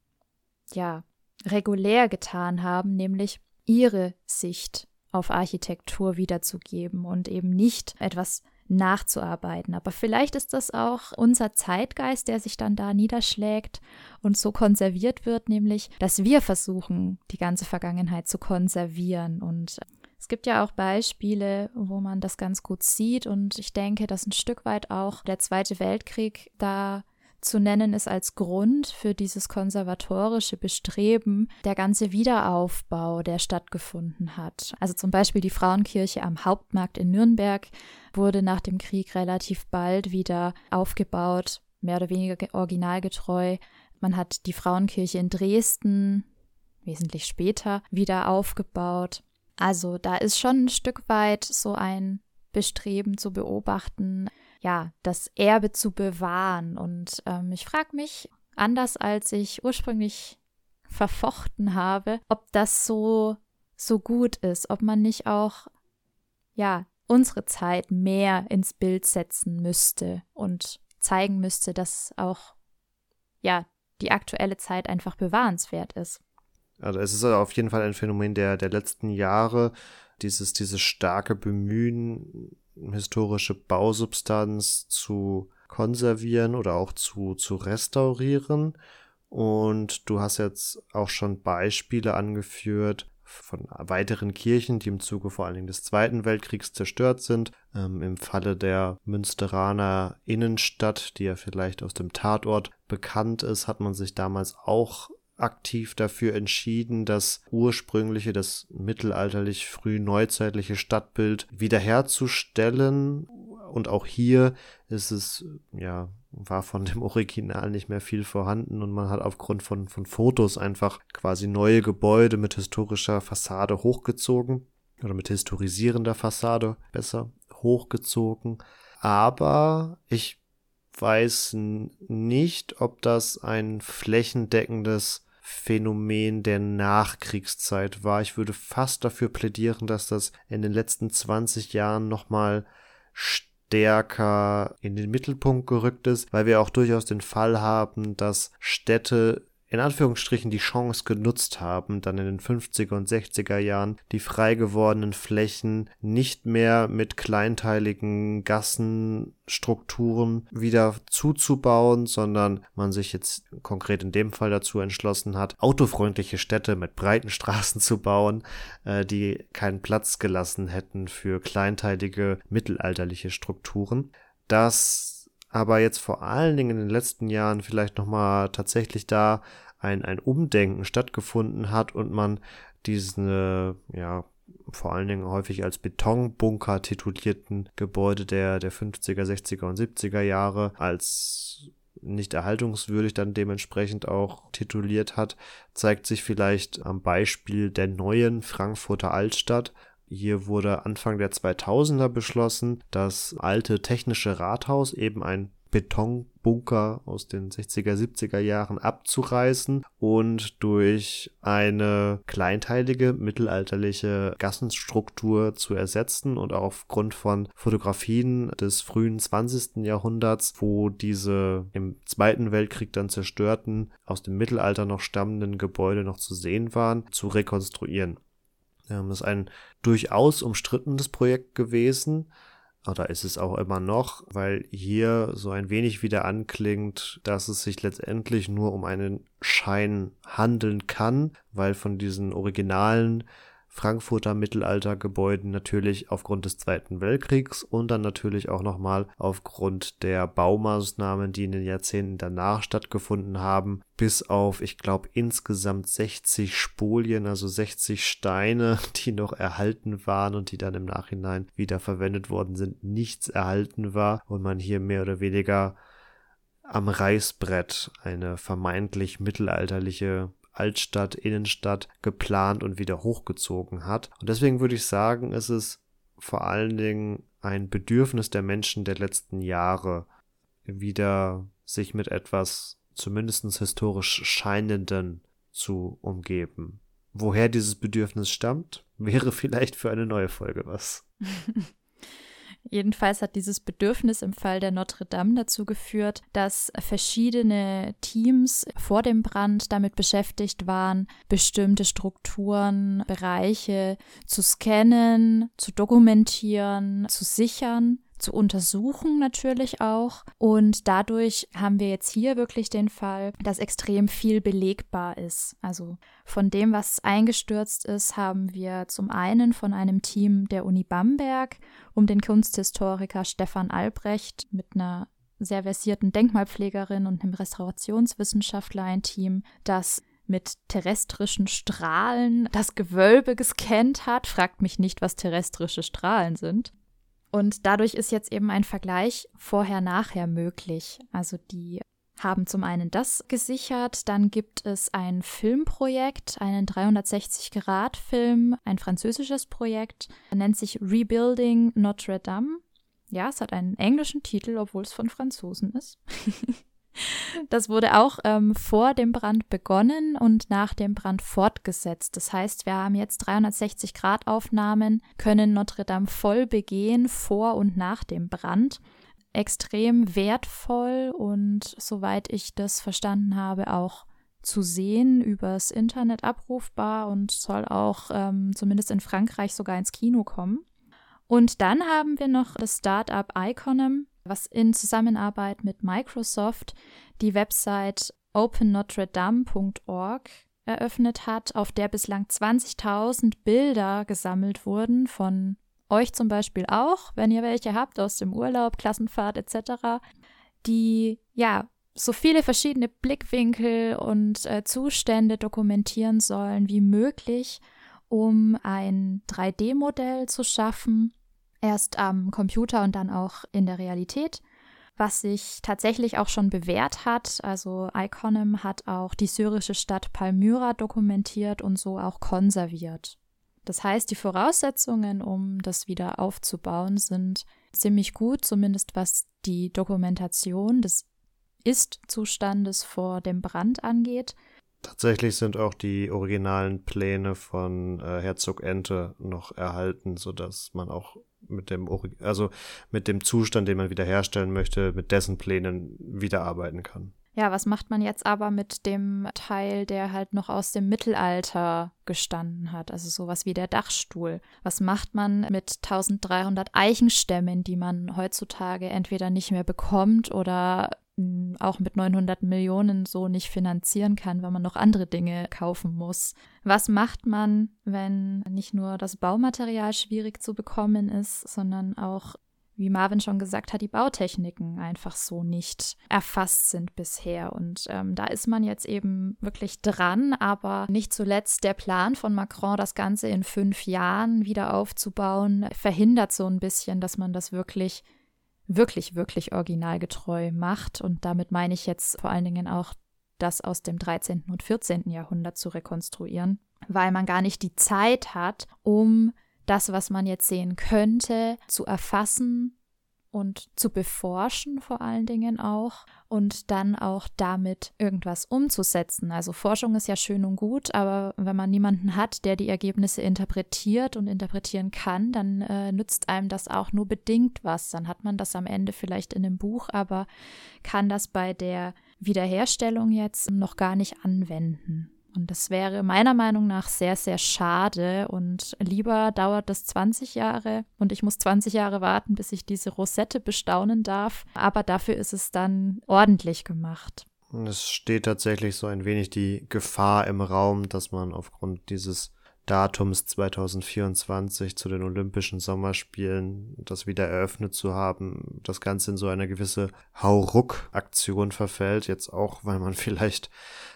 ja, regulär getan haben, nämlich ihre Sicht auf Architektur wiederzugeben und eben nicht etwas nachzuarbeiten. Aber vielleicht ist das auch unser Zeitgeist, der sich dann da niederschlägt und so konserviert wird, nämlich, dass wir versuchen, die ganze Vergangenheit zu konservieren. Und es gibt ja auch Beispiele, wo man das ganz gut sieht und ich denke, dass ein Stück weit auch der Zweite Weltkrieg da zu nennen ist als Grund für dieses konservatorische Bestreben, der ganze Wiederaufbau, der stattgefunden hat. Also zum Beispiel die Frauenkirche am Hauptmarkt in Nürnberg wurde nach dem Krieg relativ bald wieder aufgebaut, mehr oder weniger originalgetreu. Man hat die Frauenkirche in Dresden wesentlich später wieder aufgebaut. Also da ist schon ein Stück weit so ein Bestreben zu beobachten, ja, das Erbe zu bewahren. Und ähm, ich frage mich, anders als ich ursprünglich verfochten habe, ob das so, so gut ist, ob man nicht auch, ja, unsere Zeit mehr ins Bild setzen müsste und zeigen müsste, dass auch, ja, die aktuelle Zeit einfach bewahrenswert ist. Also es ist auf jeden Fall ein Phänomen der, der letzten Jahre, dieses, dieses starke Bemühen, historische Bausubstanz zu konservieren oder auch zu, zu restaurieren. Und du hast jetzt auch schon Beispiele angeführt von weiteren Kirchen, die im Zuge vor allen Dingen des Zweiten Weltkriegs zerstört sind. Ähm, im Falle der Münsteraner Innenstadt, die ja vielleicht aus dem Tatort bekannt ist, hat man sich damals auch aktiv dafür entschieden, das ursprüngliche, das mittelalterlich frühneuzeitliche Stadtbild wiederherzustellen. Und auch hier ist es, ja, war von dem Original nicht mehr viel vorhanden und man hat aufgrund von, von Fotos einfach quasi neue Gebäude mit historischer Fassade hochgezogen oder mit historisierender Fassade besser hochgezogen. Aber ich weiß nicht, ob das ein flächendeckendes Phänomen der Nachkriegszeit war. Ich würde fast dafür plädieren, dass das in den letzten zwanzig Jahren nochmal stärker in den Mittelpunkt gerückt ist, weil wir auch durchaus den Fall haben, dass Städte in Anführungsstrichen die Chance genutzt haben, dann in den fünfziger und sechziger Jahren die frei gewordenen Flächen nicht mehr mit kleinteiligen Gassenstrukturen wieder zuzubauen, sondern man sich jetzt konkret in dem Fall dazu entschlossen hat, autofreundliche Städte mit breiten Straßen zu bauen, äh, die keinen Platz gelassen hätten für kleinteilige mittelalterliche Strukturen. Das aber jetzt vor allen Dingen in den letzten Jahren vielleicht nochmal tatsächlich da ein, ein Umdenken stattgefunden hat und man diese, ja, vor allen Dingen häufig als Betonbunker titulierten Gebäude der, der fünfziger, sechziger und siebziger Jahre als nicht erhaltungswürdig dann dementsprechend auch tituliert hat, zeigt sich vielleicht am Beispiel der neuen Frankfurter Altstadt. Hier wurde Anfang der zweitausender beschlossen, das alte technische Rathaus, eben ein Betonbunker aus den sechziger, siebziger Jahren abzureißen und durch eine kleinteilige mittelalterliche Gassenstruktur zu ersetzen und auch aufgrund von Fotografien des frühen zwanzigsten Jahrhunderts, wo diese im Zweiten Weltkrieg dann zerstörten, aus dem Mittelalter noch stammenden Gebäude noch zu sehen waren, zu rekonstruieren. Das ist ein durchaus umstrittenes Projekt gewesen, oder ist es auch immer noch, weil hier so ein wenig wieder anklingt, dass es sich letztendlich nur um einen Schein handeln kann, weil von diesen originalen Frankfurter Mittelaltergebäuden natürlich aufgrund des Zweiten Weltkriegs und dann natürlich auch nochmal aufgrund der Baumaßnahmen, die in den Jahrzehnten danach stattgefunden haben, bis auf, ich glaube, insgesamt sechzig Spolien, also sechzig Steine, die noch erhalten waren und die dann im Nachhinein wieder verwendet worden sind, nichts erhalten war und man hier mehr oder weniger am Reißbrett eine vermeintlich mittelalterliche Altstadt, Innenstadt geplant und wieder hochgezogen hat. Und deswegen würde ich sagen, ist es vor allen Dingen ein Bedürfnis der Menschen der letzten Jahre, wieder sich mit etwas zumindest historisch Scheinenden zu umgeben. Woher dieses Bedürfnis stammt, wäre vielleicht für eine neue Folge was. Jedenfalls hat dieses Bedürfnis im Fall der Notre Dame dazu geführt, dass verschiedene Teams vor dem Brand damit beschäftigt waren, bestimmte Strukturen, Bereiche zu scannen, zu dokumentieren, zu sichern, zu untersuchen natürlich auch. Und dadurch haben wir jetzt hier wirklich den Fall, dass extrem viel belegbar ist. Also von dem, was eingestürzt ist, haben wir zum einen von einem Team der Uni Bamberg um den Kunsthistoriker Stefan Albrecht mit einer sehr versierten Denkmalpflegerin und einem Restaurationswissenschaftler ein Team, das mit terrestrischen Strahlen das Gewölbe gescannt hat. Fragt mich nicht, was terrestrische Strahlen sind. Und dadurch ist jetzt eben ein Vergleich vorher-nachher möglich. Also die haben zum einen das gesichert, dann gibt es ein Filmprojekt, einen dreihundertsechzig Grad Film, ein französisches Projekt, nennt sich Rebuilding Notre Dame. Ja, es hat einen englischen Titel, obwohl es von Franzosen ist. Das wurde auch ähm, vor dem Brand begonnen und nach dem Brand fortgesetzt. Das heißt, wir haben jetzt dreihundertsechzig Grad Aufnahmen, können Notre Dame voll begehen vor und nach dem Brand. Extrem wertvoll und soweit ich das verstanden habe, auch zu sehen, übers Internet abrufbar und soll auch ähm, zumindest in Frankreich sogar ins Kino kommen. Und dann haben wir noch das Startup Iconem, was in Zusammenarbeit mit Microsoft die Website open notre dame punkt org eröffnet hat, auf der bislang zwanzigtausend Bilder gesammelt wurden, von euch zum Beispiel auch, wenn ihr welche habt aus dem Urlaub, Klassenfahrt et cetera, die ja so viele verschiedene Blickwinkel und äh, Zustände dokumentieren sollen wie möglich, um ein drei D Modell zu schaffen, erst am Computer und dann auch in der Realität, was sich tatsächlich auch schon bewährt hat. Also Iconem hat auch die syrische Stadt Palmyra dokumentiert und so auch konserviert. Das heißt, die Voraussetzungen, um das wieder aufzubauen, sind ziemlich gut, zumindest was die Dokumentation des Ist-Zustandes vor dem Brand angeht. Tatsächlich sind auch die originalen Pläne von äh, Herzog Ente noch erhalten, sodass man auch mit dem also mit dem Zustand, den man wiederherstellen möchte, mit dessen Plänen wiederarbeiten kann. Ja, was macht man jetzt aber mit dem Teil, der halt noch aus dem Mittelalter gestanden hat, also sowas wie der Dachstuhl? Was macht man mit dreizehnhundert Eichenstämmen, die man heutzutage entweder nicht mehr bekommt oder auch mit neunhundert Millionen so nicht finanzieren kann, weil man noch andere Dinge kaufen muss? Was macht man, wenn nicht nur das Baumaterial schwierig zu bekommen ist, sondern auch, wie Marvin schon gesagt hat, die Bautechniken einfach so nicht erfasst sind bisher? Und ähm, da ist man jetzt eben wirklich dran, aber nicht zuletzt der Plan von Macron, das Ganze in fünf Jahren wieder aufzubauen, verhindert so ein bisschen, dass man das wirklich wirklich, wirklich originalgetreu macht. Und damit meine ich jetzt vor allen Dingen auch, das aus dem dreizehnten und vierzehnten Jahrhundert zu rekonstruieren, weil man gar nicht die Zeit hat, um das, was man jetzt sehen könnte, zu erfassen und zu beforschen vor allen Dingen auch und dann auch damit irgendwas umzusetzen. Also Forschung ist ja schön und gut, aber wenn man niemanden hat, der die Ergebnisse interpretiert und interpretieren kann, dann äh, nützt einem das auch nur bedingt was. Dann hat man das am Ende vielleicht in einem Buch, aber kann das bei der Wiederherstellung jetzt noch gar nicht anwenden. Und das wäre meiner Meinung nach sehr, sehr schade, und lieber dauert das zwanzig Jahre und ich muss zwanzig Jahre warten, bis ich diese Rosette bestaunen darf, aber dafür ist es dann ordentlich gemacht. Und es steht tatsächlich so ein wenig die Gefahr im Raum, dass man aufgrund dieses Datums zweitausendvierundzwanzig zu den Olympischen Sommerspielen, das wieder eröffnet zu haben, das Ganze in so eine gewisse Hauruck-Aktion verfällt. Jetzt auch, weil man vielleicht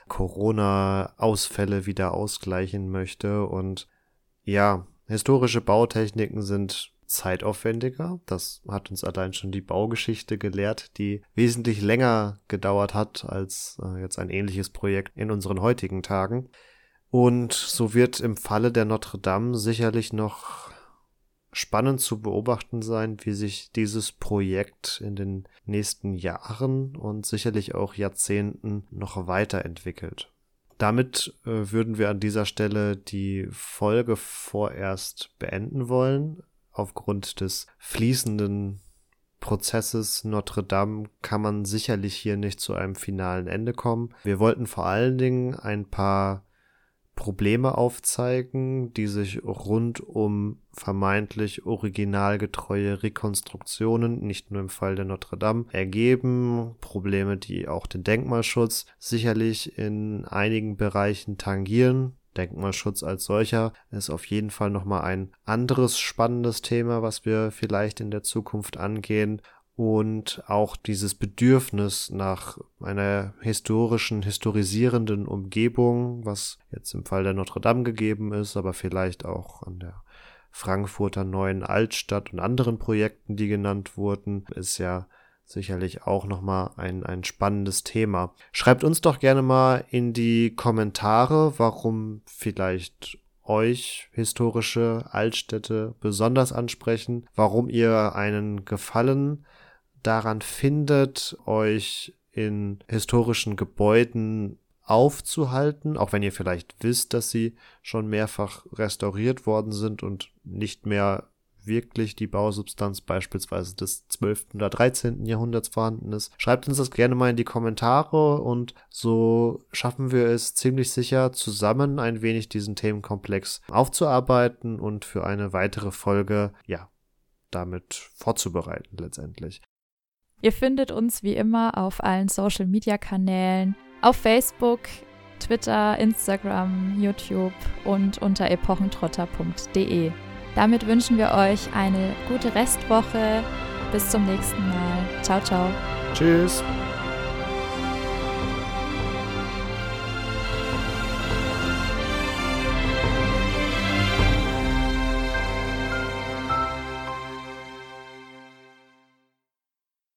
Corona-Ausfälle wieder ausgleichen möchte. Und ja, historische Bautechniken sind zeitaufwendiger. Das hat uns allein schon die Baugeschichte gelehrt, die wesentlich länger gedauert hat als äh, jetzt ein ähnliches Projekt in unseren heutigen Tagen. Und so wird im Falle der Notre Dame sicherlich noch spannend zu beobachten sein, wie sich dieses Projekt in den nächsten Jahren und sicherlich auch Jahrzehnten noch weiterentwickelt. Damit äh, würden wir an dieser Stelle die Folge vorerst beenden wollen. Aufgrund des fließenden Prozesses Notre Dame kann man sicherlich hier nicht zu einem finalen Ende kommen. Wir wollten vor allen Dingen ein paar Probleme aufzeigen, die sich rund um vermeintlich originalgetreue Rekonstruktionen, nicht nur im Fall der Notre Dame, ergeben. Probleme, die auch den Denkmalschutz sicherlich in einigen Bereichen tangieren. Denkmalschutz als solcher ist auf jeden Fall nochmal ein anderes spannendes Thema, was wir vielleicht in der Zukunft angehen. Und auch dieses Bedürfnis nach einer historischen, historisierenden Umgebung, was jetzt im Fall der Notre Dame gegeben ist, aber vielleicht auch an der Frankfurter Neuen Altstadt und anderen Projekten, die genannt wurden, ist ja sicherlich auch nochmal ein, ein spannendes Thema. Schreibt uns doch gerne mal in die Kommentare, warum vielleicht euch historische Altstädte besonders ansprechen, warum ihr einen Gefallen daran findet, euch in historischen Gebäuden aufzuhalten, auch wenn ihr vielleicht wisst, dass sie schon mehrfach restauriert worden sind und nicht mehr wirklich die Bausubstanz beispielsweise des zwölften oder dreizehnten Jahrhunderts vorhanden ist. Schreibt uns das gerne mal in die Kommentare und so schaffen wir es ziemlich sicher, zusammen ein wenig diesen Themenkomplex aufzuarbeiten und für eine weitere Folge, ja, damit vorzubereiten letztendlich. Ihr findet uns wie immer auf allen Social-Media-Kanälen auf Facebook, Twitter, Instagram, YouTube und unter epochentrotter punkt de. Damit wünschen wir euch eine gute Restwoche. Bis zum nächsten Mal. Ciao, ciao. Tschüss.